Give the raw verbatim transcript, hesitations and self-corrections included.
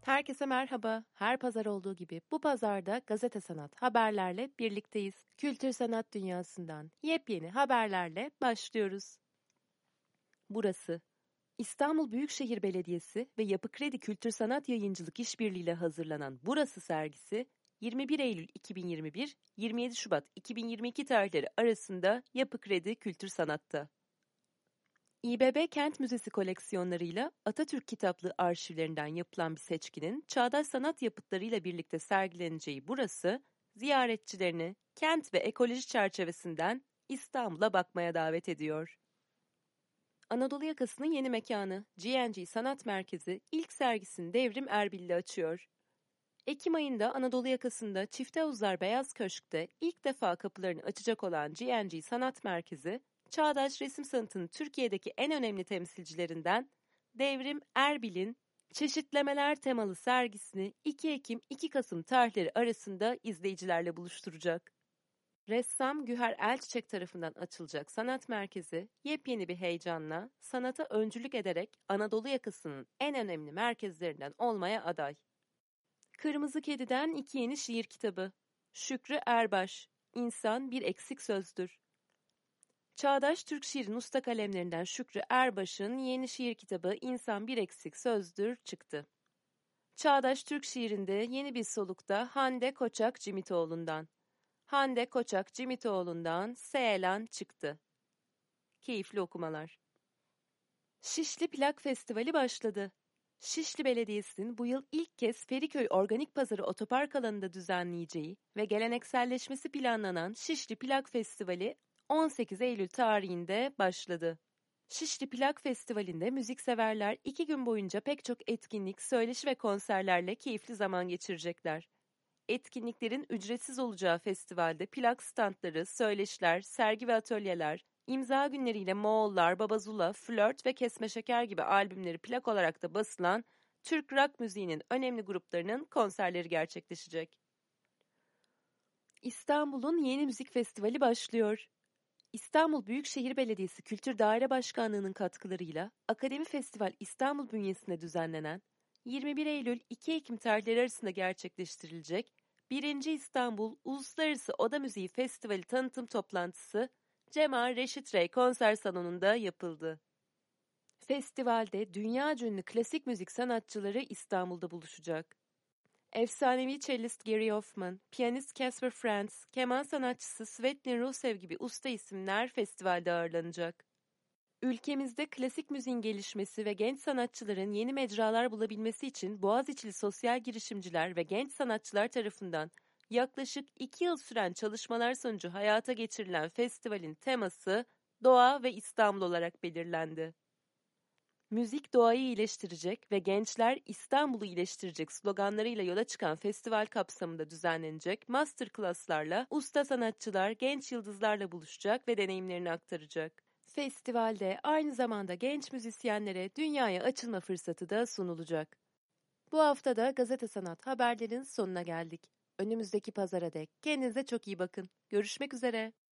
Herkese merhaba. Her pazar olduğu gibi bu pazarda Gazete Sanat haberlerle birlikteyiz. Kültür sanat dünyasından yepyeni haberlerle başlıyoruz. Burası İstanbul Büyükşehir Belediyesi ve Yapı Kredi Kültür Sanat Yayıncılık İşbirliği'yle hazırlanan Burası sergisi yirmi bir Eylül iki bin yirmi bir - yirmi yedi Şubat iki bin yirmi iki tarihleri arasında Yapı Kredi Kültür Sanat'ta. İBB Kent Müzesi koleksiyonlarıyla Atatürk kitaplığı arşivlerinden yapılan bir seçkinin çağdaş sanat yapıtlarıyla birlikte sergileneceği burası, ziyaretçilerini kent ve ekoloji çerçevesinden İstanbul'a bakmaya davet ediyor. Anadolu Yakası'nın yeni mekanı G and G Sanat Merkezi ilk sergisini Devrim Erbil'le açıyor. Ekim ayında Anadolu Yakası'nda Çifte Havuzlar Beyaz Köşk'te ilk defa kapılarını açacak olan G and G Sanat Merkezi, çağdaş resim sanatının Türkiye'deki en önemli temsilcilerinden Devrim Erbil'in çeşitlemeler temalı sergisini iki Ekim - iki Kasım tarihleri arasında izleyicilerle buluşturacak. Ressam Güher Elçiçek tarafından açılacak sanat merkezi, yepyeni bir heyecanla sanata öncülük ederek Anadolu Yakası'nın en önemli merkezlerinden olmaya aday. Kırmızı Kedi'den iki yeni şiir kitabı. Şükrü Erbaş, İnsan Bir Eksik Sözdür. Çağdaş Türk şiirin usta kalemlerinden Şükrü Erbaş'ın yeni şiir kitabı İnsan Bir Eksik Sözdür çıktı. Çağdaş Türk şiirinde yeni bir solukta Hande Koçak Cimitoğlu'ndan. Hande Koçak Cimitoğlu'ndan Seelan çıktı. Keyifli okumalar. Şişli Plak Festivali başladı. Şişli Belediyesi'nin bu yıl ilk kez Feriköy Organik Pazarı Otopark alanında düzenleyeceği ve gelenekselleşmesi planlanan Şişli Plak Festivali on sekiz Eylül tarihinde başladı. Şişli Plak Festivali'nde müzikseverler iki gün boyunca pek çok etkinlik, söyleşi ve konserlerle keyifli zaman geçirecekler. Etkinliklerin ücretsiz olacağı festivalde plak standları, söyleşiler, sergi ve atölyeler, imza günleriyle Moğollar, Babazula, Flört ve Kesme Şeker gibi albümleri plak olarak da basılan Türk rock müziğinin önemli gruplarının konserleri gerçekleşecek. İstanbul'un yeni müzik festivali başlıyor. İstanbul Büyükşehir Belediyesi Kültür Daire Başkanlığı'nın katkılarıyla Akademi Festival İstanbul bünyesinde düzenlenen yirmi bir Eylül - iki Ekim tarihleri arasında gerçekleştirilecek birinci İstanbul Uluslararası Oda Müziği Festivali tanıtım toplantısı Cemal Reşit Rey Konser Salonu'nda yapıldı. Festivalde dünyaca ünlü klasik müzik sanatçıları İstanbul'da buluşacak. Efsanevi cellist Gary Hoffman, piyanist Casper Franz, keman sanatçısı Svetlin Rusev gibi usta isimler festivalde ağırlanacak. Ülkemizde klasik müziğin gelişmesi ve genç sanatçıların yeni mecralar bulabilmesi için Boğaziçi'li sosyal girişimciler ve genç sanatçılar tarafından yaklaşık iki yıl süren çalışmalar sonucu hayata geçirilen festivalin teması Doğa ve İstanbul olarak belirlendi. Müzik doğayı iyileştirecek ve gençler İstanbul'u iyileştirecek sloganlarıyla yola çıkan festival kapsamında düzenlenecek masterclasslarla usta sanatçılar genç yıldızlarla buluşacak ve deneyimlerini aktaracak. Festivalde aynı zamanda genç müzisyenlere dünyaya açılma fırsatı da sunulacak. Bu hafta da Gazete Sanat haberlerin sonuna geldik. Önümüzdeki pazara dek kendinize çok iyi bakın. Görüşmek üzere.